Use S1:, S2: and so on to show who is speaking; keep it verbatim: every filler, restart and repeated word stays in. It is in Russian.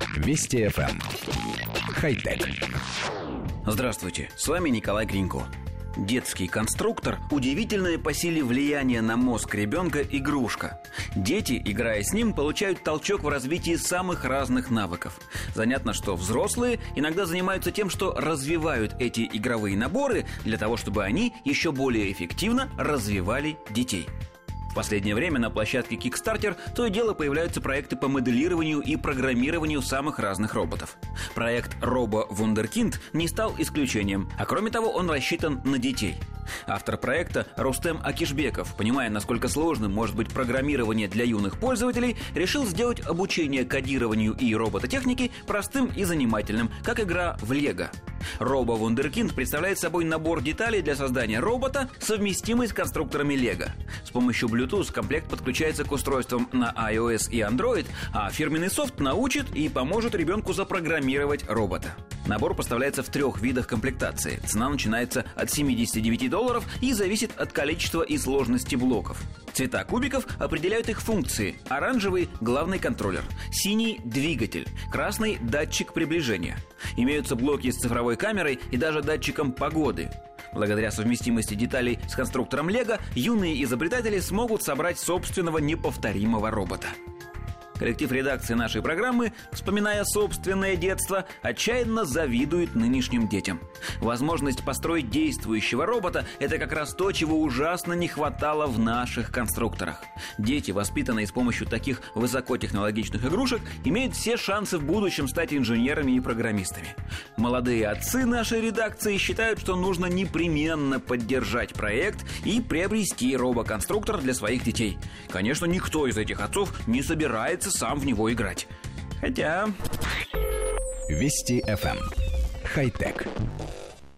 S1: Вести эф эм. Хай-тек.
S2: Здравствуйте, с вами Николай Гринько. Детский конструктор – удивительное по силе влияние на мозг ребенка игрушка. Дети, играя с ним, получают толчок в развитии самых разных навыков. Занятно, что взрослые иногда занимаются тем, что развивают эти игровые наборы для того, чтобы они еще более эффективно развивали детей. В последнее время на площадке Kickstarter то и дело появляются проекты по моделированию и программированию самых разных роботов. Проект Робо Вундеркинд не стал исключением, а кроме того он рассчитан на детей. Автор проекта Рустем Акишбеков, понимая, насколько сложным может быть программирование для юных пользователей, решил сделать обучение кодированию и робототехнике простым и занимательным, как игра в Лего. Робо Вундеркинд представляет собой набор деталей для создания робота, совместимый с конструкторами Лего. С помощью Bluetooth комплект подключается к устройствам на iOS и Android, а фирменный софт научит и поможет ребенку запрограммировать робота. Набор поставляется в трех видах комплектации. Цена начинается от семьдесят девять долларов и зависит от количества и сложности блоков. Цвета кубиков определяют их функции. Оранжевый – главный контроллер, синий – двигатель, красный – датчик приближения. Имеются блоки с цифровой камерой и даже датчиком погоды. Благодаря совместимости деталей с конструктором Лего, юные изобретатели смогут собрать собственного неповторимого робота. Коллектив редакции нашей программы, вспоминая собственное детство, отчаянно завидует нынешним детям. Возможность построить действующего робота – это как раз то, чего ужасно не хватало в наших конструкторах. Дети, воспитанные с помощью таких высокотехнологичных игрушек, имеют все шансы в будущем стать инженерами и программистами. Молодые отцы нашей редакции считают, что нужно непременно поддержать проект и приобрести робоконструктор для своих детей. Конечно, никто из этих отцов не собирается сам в него играть. Хотя...
S1: Вести эф эм. Хай-тек.